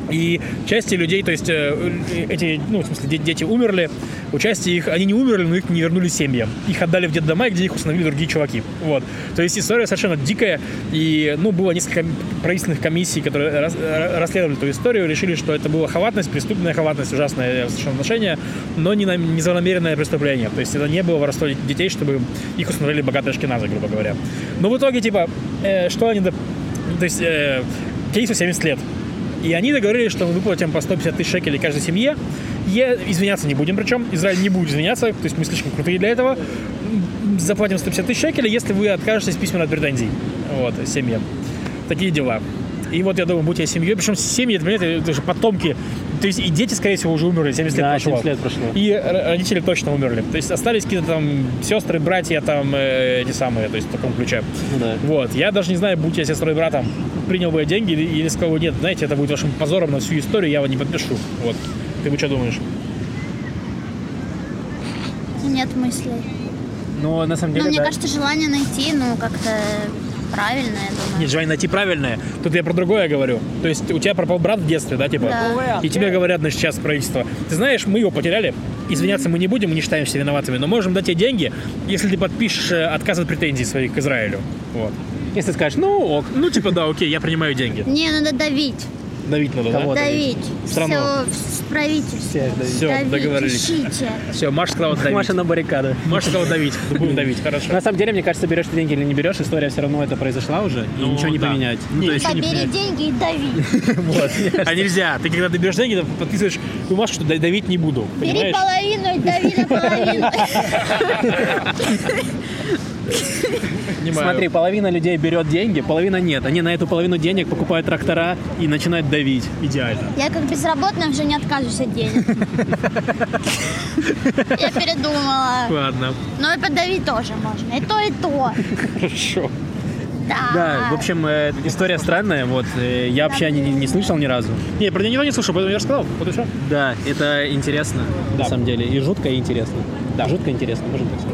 И части людей, то есть эти, ну, в смысле, дети умерли, у части их, они не умерли, но их не вернули семьям. Их отдали в детдома, где их установили другие чуваки. Вот. То есть история совершенно дикая, и, ну, было несколько правительственных комиссий, которые рас, расследовали эту историю, решили, что это была халатность, преступная халатность, ужасное совершенно отношение, но не, на, не злонамеренное преступление. То есть это не было воровство детей, чтобы их установили богатые ашкеназы, грубо говоря. Но в итоге, типа, э, что они... То есть э, кейсу семьдесят лет. И они договорились, что мы выплатим по сто пятьдесят тысяч шекелей каждой семье. И извиняться не будем, причем Израиль не будет извиняться, то есть мы слишком крутые для этого. Заплатим сто пятьдесят тысяч шекелей, если вы откажетесь письменно от претензий. Вот, семьям. Такие дела. И вот я думаю, будь я семьей, причем семьи, это, понимаете, это же потомки. То есть и дети, скорее всего, уже умерли, семьдесят лет да, прошло. семьдесят лет прошло. И родители точно умерли. То есть остались какие-то там сестры, братья, там, э, эти самые, то есть в таком ключе. Да. Вот. Я даже не знаю, будь я сестрой и братом, принял бы я деньги или, или сказал бы, нет, знаете, это будет вашим позором на всю историю, я его не подпишу. Вот. Ты бы что думаешь? Нет мыслей. Но на самом деле, Ну, мне да. кажется, желание найти, ну, как-то правильное, я думаю. Нет, желание найти правильное. Тут я про другое говорю. То есть у тебя пропал брат в детстве, да, типа? Да. И тебе говорят, значит, сейчас правительство. Ты знаешь, мы его потеряли. Извиняться мы не будем, мы не считаем себя виноватыми, но можем дать тебе деньги, если ты подпишешь отказ от претензий своих к Израилю. Вот. Если скажешь, ну ок. Ну, типа, да, окей, я принимаю деньги. Не, надо давить. Давить надо, Кого? да? Давить. Страну. Все в правительстве. Всех давить. Все, Давить, договорились. ищите. Все, Маша сказала давить. Маша на баррикады. Маша сказала давить. Будем давить, хорошо. На самом деле, мне кажется, берешь ты деньги или не берешь, история все равно это произошла уже, и Ну, ничего не да. поменять. Ну, Не, то есть, ничего не Побери поменять. деньги и дави. Вот. А нельзя. Ты когда ты берешь деньги, ты подписываешь бумажку, что давить не буду. Бери Понимаешь? половину и дави на половину. Понимаю. смотри, половина людей берет деньги, половина нет. Они на эту половину денег покупают трактора и начинают давить. Идеально. Я как безработная уже не откажусь от денег. Я передумала. Ладно. Но и подавить тоже можно. И то, и то. Хорошо. Да. Да, в общем, э, история странная, вот, э, я вообще не, не слышал ни разу. Не, про нее никто не слушал, поэтому я рассказал. Вот и все. Да, это интересно, Да. на самом деле, и жутко, и интересно. Да. Жутко интересно, можем так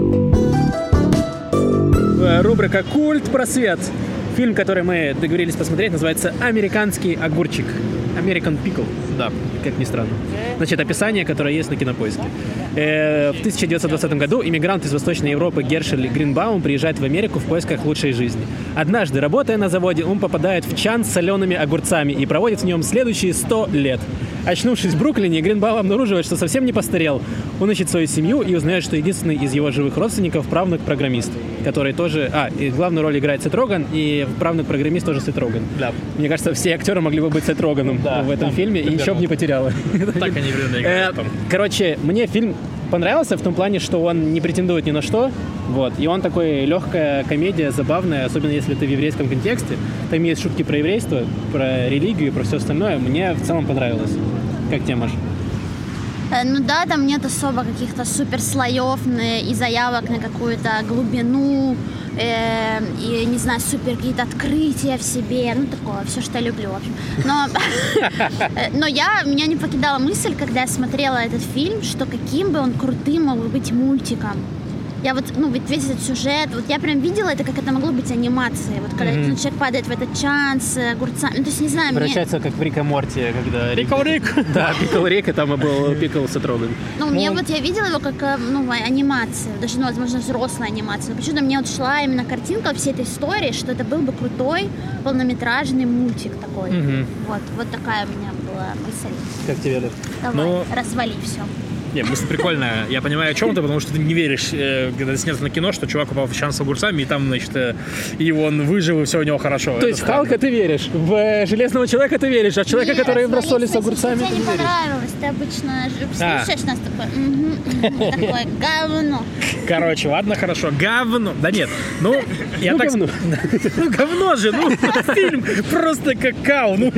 сказать. Рубрика «Культ просвет». Фильм, который мы договорились посмотреть, называется «Американский огурчик». American Pickle. Да, как ни странно. Значит, описание, которое есть на Кинопоиске. Э, в тысяча девятьсот двадцатом году иммигрант из Восточной Европы Гершель Гринбаум приезжает в Америку в поисках лучшей жизни. Однажды, работая на заводе, он попадает в чан с солеными огурцами и проводит в нем следующие сто лет. Очнувшись в Бруклине, Гринбаум обнаруживает, что совсем не постарел. Он ищет свою семью и узнает, что единственный из его живых родственников – правнук-программист, который тоже... А, и главную роль играет Сет Роган, и правнук-программист тоже Сет Роган. Да. Мне кажется, все актеры могли бы быть Сет Роганом Да, в этом да, фильме, и примерно. ничего бы не потеряло. Так они временно Э, играют там. Короче, мне фильм понравился в том плане, что он не претендует ни на что, вот, и он такой легкая комедия, забавная, особенно если ты в еврейском контексте. Там есть шутки про еврейство, про религию и про все остальное. Мне в целом понравилось. Как тебе, Маш? Э, Ну да, там нет особо каких-то супер слоев на- и заявок на какую-то глубину, э, и, не знаю, супер какие-то открытия в себе, ну такое, все, что я люблю, в общем. Но, э, но я, меня не покидала мысль, когда я смотрела этот фильм, что каким бы он крутым мог бы быть мультиком. Я вот, ну, ведь весь этот сюжет, вот я прям видела это, как это могло быть анимацией. Вот когда Мгм. этот человек падает в этот чан с огурцами, ну, то есть, не знаю, мне... Превращается как в Рика Морти, когда... Пикл Рик. Да, Пикл Рик, и там и был Пикл Сет Роган. Ну, мне вот я видела его как, э, ну, анимацию, даже, ну, возможно, взрослая анимация. Но почему-то мне вот шла именно картинка всей этой истории, что это был бы крутой полнометражный мультик такой. Мгм. Вот, вот такая у меня была мысль. Как тебе, Лев? Давай, Ну, развали все. Не, мысль прикольная. Я понимаю, о чем ты, потому что ты не веришь, э, когда ты снят на кино, что чувак упал в чан с огурцами, и там, значит, э, и он выжил, и все у него хорошо. То Это есть в странно. Халка ты веришь, в э, Железного Человека ты веришь, а в Человека, который в рассоле с огурцами, Тебе ты не не веришь. понравилось, ты обычно ж- А. слушаешь нас такое, «Мгм, мгм», такое говно. Короче, ладно, хорошо. Говно. Да нет, ну, я Ну, так... говно. Ну, говно же, ну, фильм просто какао, ну.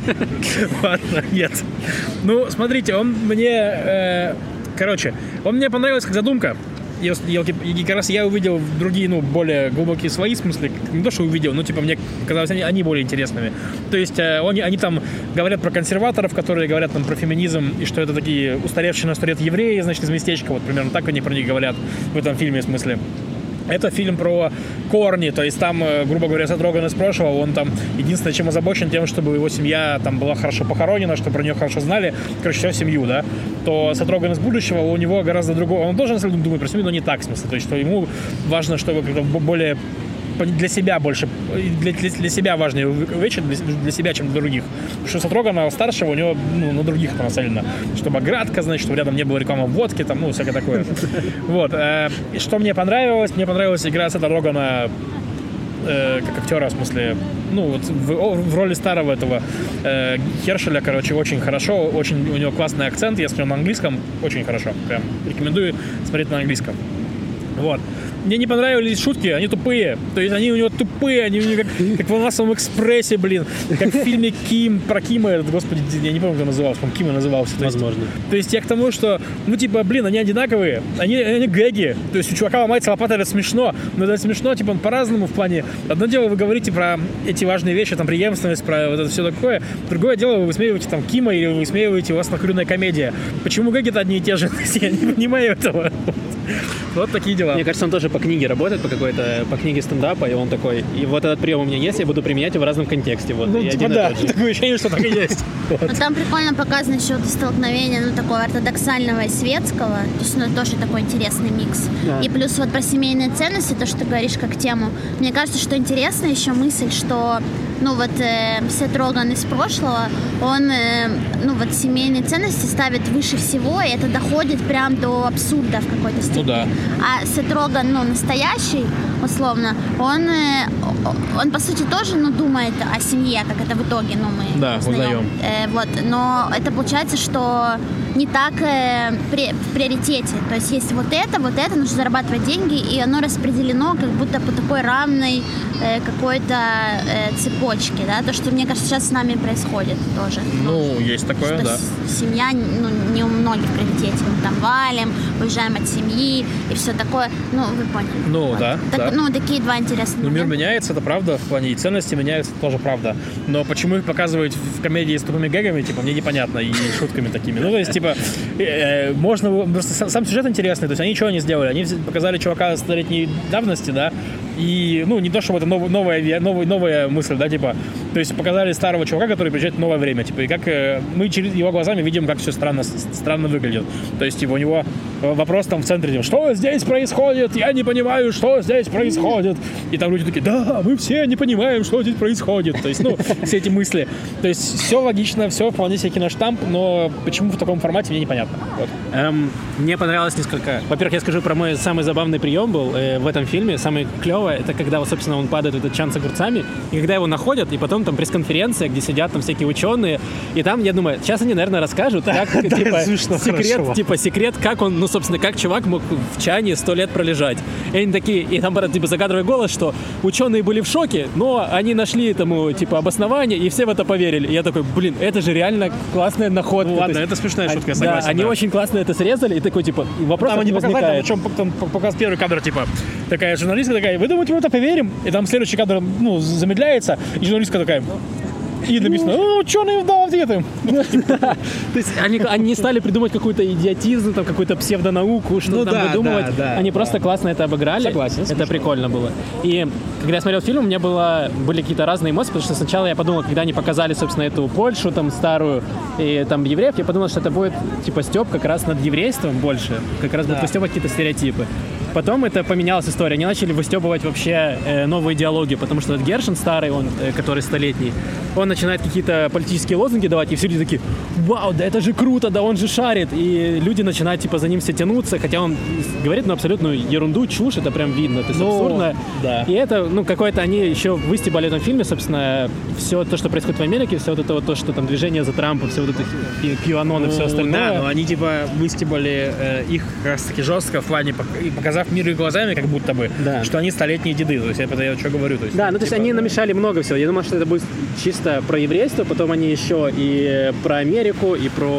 Ладно, нет. Ну, смотрите, он мне... э, Короче, он мне понравился как задумка. И, елки- и как раз я увидел другие, ну, более глубокие свои смыслы. Не то, что увидел, но, типа, мне казалось, они, они более интересными. То есть, э, они, они там говорят про консерваторов, которые говорят там про феминизм, и что это такие устаревшие на сто лет евреи, значит, из местечка. Вот примерно так они про них говорят в этом фильме, в смысле. Это фильм про корни, то есть там, грубо говоря, Сет Роган из прошлого, он там единственное, чем озабочен, тем, чтобы его семья там была хорошо похоронена, чтобы про нее хорошо знали, короче, всю семью, да, то Сет Роган из будущего, у него гораздо другого, он тоже, на самом деле, думает про семью, но не так, в смысле, то есть, что ему важно, чтобы как-то более для себя больше, для, для, для себя важнее вещи, для, для себя, чем для других. Потому что Сет Рогана старшего у него, ну, на других это нацелено. Чтобы оградка, значит, чтобы рядом не было рекламы водки, там, ну, всякое такое. Вот. Что мне понравилось? Мне понравилась игра Сета Рогана как актера, в смысле, ну, вот в, в роли старого этого э, Хершеля, короче, очень хорошо, очень у него классный акцент, я смотрю на английском, очень хорошо, прям рекомендую смотреть на английском. Вот. Мне не понравились шутки, они тупые. То есть они у него тупые, они у него как, как в «Ананасовом экспрессе», блин. Как в фильме Ким, про Кима, этот, господи, я не помню, как он назывался, по-моему, Кима назывался. То Возможно. Есть, то есть я к тому, что, ну, типа, блин, они одинаковые, они, они гэги. То есть у чувака ломается лопата, это смешно. Но это смешно, типа, он по-разному в плане. Одно дело, вы говорите про эти важные вещи, там, преемственность, про вот это все такое. Другое дело, вы высмеиваете там Кима или вы высмеиваете, у вас нахрюная комедия. Почему гэги-то одни и те же? Я не понимаю этого. Вот такие дела. Мне кажется, он тоже по книге работает, по какой-то, по книге стендапа, и он такой, и вот этот прием у меня есть, я буду применять его в разном контексте. Вот, ну, и типа, один да, и тот же. такое ощущение, что так и есть. Вот. Но там прикольно показано еще это столкновение, ну, такого ортодоксального и светского, то есть, ну, тоже такой интересный микс. Да. И плюс вот про семейные ценности, то, что ты говоришь как тему, мне кажется, что интересна еще мысль, что, ну, вот э, Сет Роган из прошлого, он, э, ну, вот семейные ценности ставит выше всего, и это доходит прям до абсурда в какой-то степени. Ну, да. А Сет Роган, ну, настоящий, условно, он, он по сути тоже, ну, думает о семье, как это в итоге, ну, мы да, узнаем. Э, вот, но это получается, что не так э, при, в приоритете. То есть есть вот это, вот это, нужно зарабатывать деньги, и оно распределено как будто по такой равной э, какой-то э, цепочке, да, то, что, мне кажется, сейчас с нами происходит тоже. Ну, ну есть такое, что да. Семья, ну, не у многих в приоритете. Мы там валим, уезжаем от семьи и все такое. Ну, вы поняли. Ну, вот. да, так, да. Ну, такие два интересных Ну, мир момента. меняется, это правда, в плане и ценности меняются, это тоже правда. Но почему их показывают в комедии с тупыми гэгами, типа, мне непонятно, и шутками такими. Ну, то есть, типа, э, можно... Просто сам сюжет интересный, то есть они ничего не сделали. Они показали чувака столетней давности, да, и, ну, не то, чтобы это нов, новая, новая, новая мысль, да, типа, то есть показали старого чувака, который приезжает в новое время, типа, и как э, мы через его глазами видим, как все странно, странно выглядит. То есть, типа, у него вопрос там в центре, типа, что здесь происходит? Я не понимаю, что здесь происходит. И там люди такие, да, мы все не понимаем, что здесь происходит. То есть, ну, все эти мысли. То есть, все логично, все вполне себе киноштамп, но почему в таком формате, мне непонятно. Вот. Эм, мне понравилось несколько... Во-первых, я скажу про мой самый забавный прием был э, в этом фильме, самый клевый, это когда, вот, собственно, он падает в этот чан с огурцами, и когда его находят, и потом там пресс-конференция, где сидят там всякие ученые, и там, я думаю, сейчас они, наверное, расскажут, как, типа, секрет, типа, секрет, как он, ну, собственно, как чувак мог в чане сто лет пролежать. И они такие, и там, типа, закадровый голос, что ученые были в шоке, но они нашли этому, типа, обоснование, и все в это поверили. И я такой, блин, это же реально классная находка. Ну, ладно, есть, это смешная шутка, я да, согласен. они да. очень классно это срезали, и такой, типа, вопрос там не они показали, возникает. там, там, там показ первый кадр, типа, такая журналистка такая, вы думаете, мы это поверим? И там следующий кадр, ну, замедляется, и журналистка такая... И написано, ну, ученые в ответы. То есть они, они не стали придумать какой-то идиотизм, там, какую-то псевдонауку, что ну, там да, выдумывать. Да, да, они да. просто классно это обыграли. Согласен, это смешно. прикольно было. И когда я смотрел фильм, у меня было, были какие-то разные эмоции, потому что сначала я подумал, когда они показали, собственно, эту Польшу там старую и там евреев, я подумал, что это будет типа стёб как раз над еврейством больше, как раз да. будут выстёбывать какие-то стереотипы. Потом это поменялась история. Они начали выстебывать вообще э, новые идеологии, потому что этот Гершин старый, он, э, который столетний, он начинает какие-то политические лозунги давать, и все люди такие, вау, да это же круто, да он же шарит. И люди начинают типа за ним все тянуться, хотя он говорит ну, абсолютную ерунду, чушь, это прям видно, то есть ну, абсурдно. Да. И это, ну, какое-то они еще выстебали в этом фильме, собственно, все то, что происходит в Америке, все вот это вот то, что там движение за Трампа, все вот это QAnon и ну, все остальное. Да, но они типа выстебали э, их как раз таки жестко в плане, показав мир их глазами, как будто бы, да. что они столетние деды. То есть я, я что говорю. То есть, да, ну типа, то есть они намешали много всего. Я думал, что это будет чисто про еврейство, потом они еще и про Америку, и про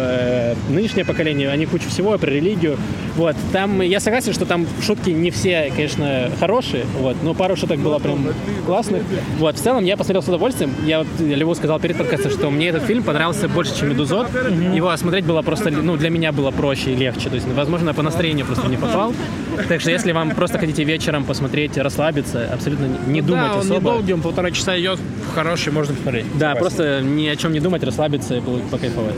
э, нынешнее поколение, они кучу всего, и про религию. Вот. Там, я согласен, что там шутки не все, конечно, хорошие, вот, но пару шуток было прям классных. Вот. В целом я посмотрел с удовольствием. Я вот Льву сказал перед подкастом, что мне этот фильм понравился больше, чем «Медузот». Mm-hmm. Его осмотреть было просто, ну, для меня было проще и легче. То есть, возможно, по настроению просто не попал. Так что если вам просто хотите вечером посмотреть, расслабиться, абсолютно не ну, думать да, он особо. недолгий, он полтора часа идет, хороший, можно посмотреть. Да, согласен. Просто ни о чем не думать, расслабиться и покайфовать.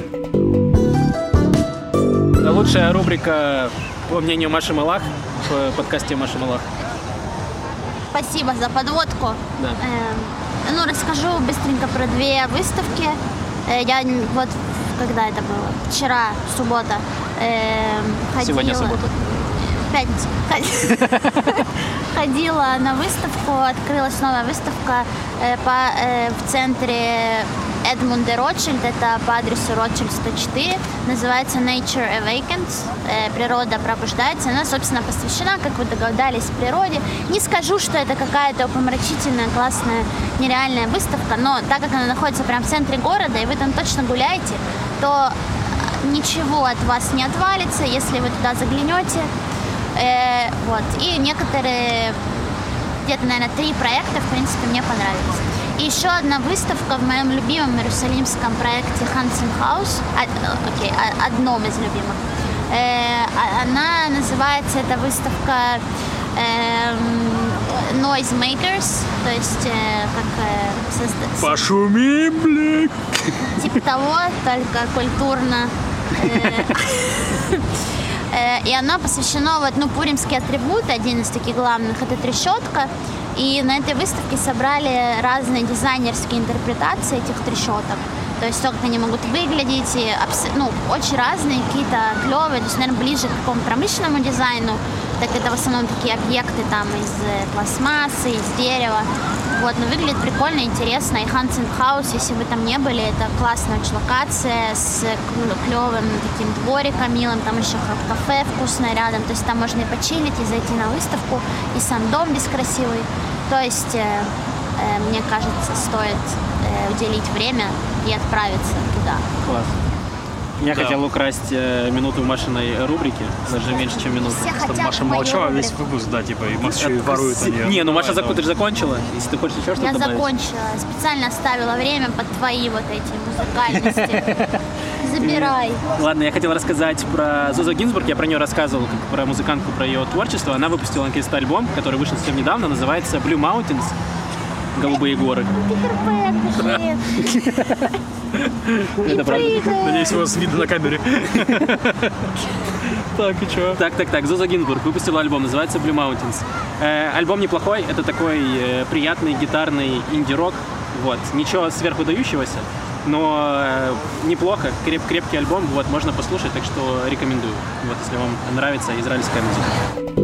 Лучшая рубрика, по мнению Маши Малах, в подкасте Маши Малах. Спасибо за подводку. Да. Э, ну, расскажу быстренько про две выставки. Э, я вот, когда это было? Вчера, суббота. Э, ходила... Сегодня суббота. Пятница. Ходила на выставку, открылась новая выставка э, по, э, в центре Эдмунд де Ротшильд, это по адресу Ротшильд сто четыре, называется Nature Awakens, э, природа пробуждается. Она, собственно, посвящена, как вы догадались, природе. Не скажу, что это какая-то упомрачительная, классная, нереальная выставка, но так как она находится прямо в центре города, и вы там точно гуляете, то ничего от вас не отвалится, если вы туда заглянете. Э, вот. И некоторые, где-то, наверное, три проекта, в принципе, мне понравились. И еще одна выставка в моем любимом иерусалимском проекте Hansen House, окей, okay, одном из любимых. Э, она называется, эта выставка э, Noise Makers, то есть э, как э, созда... Пошуми, блядь! Типа того, только культурно. И она посвящена, вот, ну, пуримский атрибут, один из таких главных, это трещотка. И на этой выставке собрали разные дизайнерские интерпретации этих трещоток. То есть то, как они могут выглядеть, и, ну, очень разные, какие-то клевые, то есть, наверное, ближе к какому-то промышленному дизайну. Так это в основном такие объекты там из пластмассы, из дерева. Вот, но выглядит прикольно, интересно. И Hansen House, если вы там не были, это классная очень локация с клевым таким двориком милым, там еще кафе вкусное рядом. То есть там можно и почилить, и зайти на выставку, и сам дом весь красивый. То есть, э, э, мне кажется, стоит э, уделить время и отправиться туда. Класс. Я да. хотел украсть э, минуту в Машиной рубрике, даже меньше, чем минуту. Чтобы Маша молчала весь выпуск, да, типа, и Маша еще и ворует у нее. Не, ну Маша, давай, ты же закончила, если ты хочешь еще что-то Я добавить. закончила, специально оставила время под твои вот эти музыкальности. Забирай. Ладно, я хотел рассказать про Зузу Гинзбург, я про нее рассказывал, как про музыкантку, про ее творчество. Она выпустила наконец-то альбом, который вышел совсем недавно, называется Blue Mountains. Голубые горы. Это правда. Надеюсь, у вас видно на камере. Так, и что? Так, так, так. Зуза Гинзбург выпустила альбом, называется Blue Mountains. Э, альбом неплохой, это такой э, приятный гитарный инди-рок. Вот. Ничего сверхвыдающегося, но э, неплохо, креп, крепкий альбом, вот, можно послушать, так что рекомендую, вот, если вам нравится израильская музыка.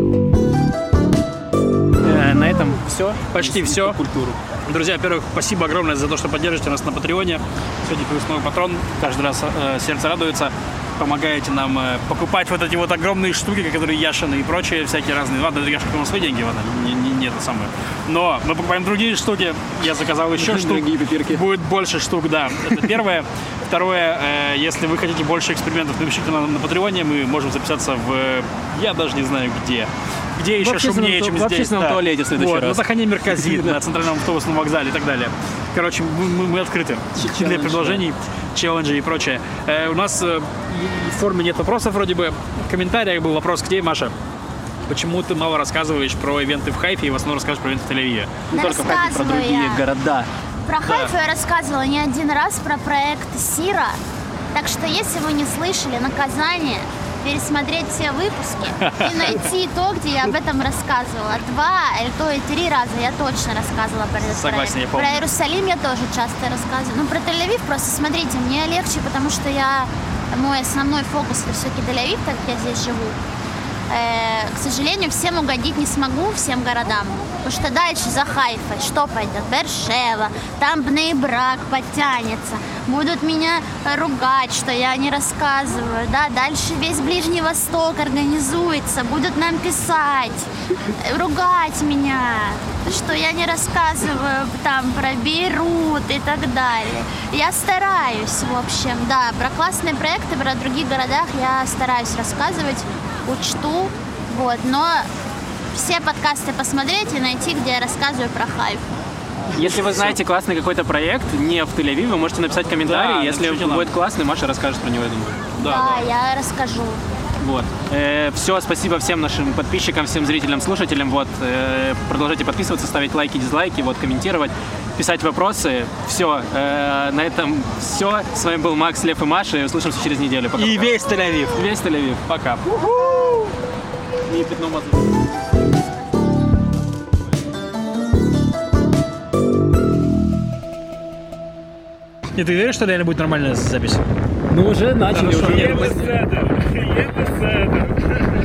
Э, на этом все. Почти все. Культуру. Друзья, во-первых, спасибо огромное за то, что поддерживаете нас на Патреоне. Сегодня новый патрон, каждый раз э, сердце радуется. Помогаете нам э, покупать вот эти вот огромные штуки, которые Яшины и прочие всякие разные. Ладно, это Яшин, у свои деньги, ладно, не, не, не это самое. Но мы покупаем другие штуки. Я заказал еще штук. Будет больше штук, да. Это первое. Второе, э, если вы хотите больше экспериментов, напишите нам на Патреоне. Мы можем записаться в... Я даже не знаю где. Где еще шумнее, чем здесь. В общественном да. туалете в следующий вот, раз. На Захане Мерказит, на центральном автобусном вокзале и так далее. Короче, мы, мы открыты для предложений, челленджей и прочее. Э, у нас э, в форме нет вопросов вроде бы. В комментариях был вопрос к тебе, Маша. Почему ты мало рассказываешь про ивенты в Хайфе и в основном расскажешь про ивенты в Тель-Авиве? Не только в Хайфе, про другие я. города. Про да. Хайфу я рассказывала не один раз, про проект Сира. Так что, если вы не слышали наказание, пересмотреть все выпуски и найти то, где я об этом рассказывала. Два или то и три раза я точно рассказывала про этот Согласен, проект. я помню. Про Иерусалим я тоже часто рассказываю. Ну, про Тель-Авив просто, смотрите, мне легче, потому что я, мой основной фокус это все-таки Тель-Авив, так как я здесь живу. Э, к сожалению, всем угодить не смогу, всем городам. Потому что дальше за Хайфой что пойдет? Бершева, там Бней-Брак подтянется. Будут меня ругать, что я не рассказываю. Да? Дальше весь Ближний Восток организуется, будут нам писать, ругать меня, что я не рассказываю там про Бейрут и так далее. Я стараюсь, в общем, да, про классные проекты, про других городах я стараюсь рассказывать, учту, вот, но все подкасты посмотреть и найти, где я рассказываю про Хайфу. Если вы знаете классный какой-то проект, не в Тель-Авиве, вы можете написать комментарий. Да, если будет классный, Маша расскажет про него, я думаю. Да, да, я расскажу. Вот. Э, все, спасибо всем нашим подписчикам, всем зрителям, слушателям. Вот. Э, продолжайте подписываться, ставить лайки, дизлайки, вот, комментировать, писать вопросы. Все. Э, на этом все. С вами был Макс, Лев и Маша. И услышимся через неделю. Пока. И весь Тель-Авив. Весь Тель-Авив. Пока. И пятно маза. И ты веришь, что реально будет нормальная запись? Ну, уже начали. Уже. Ебеседер, ебеседер.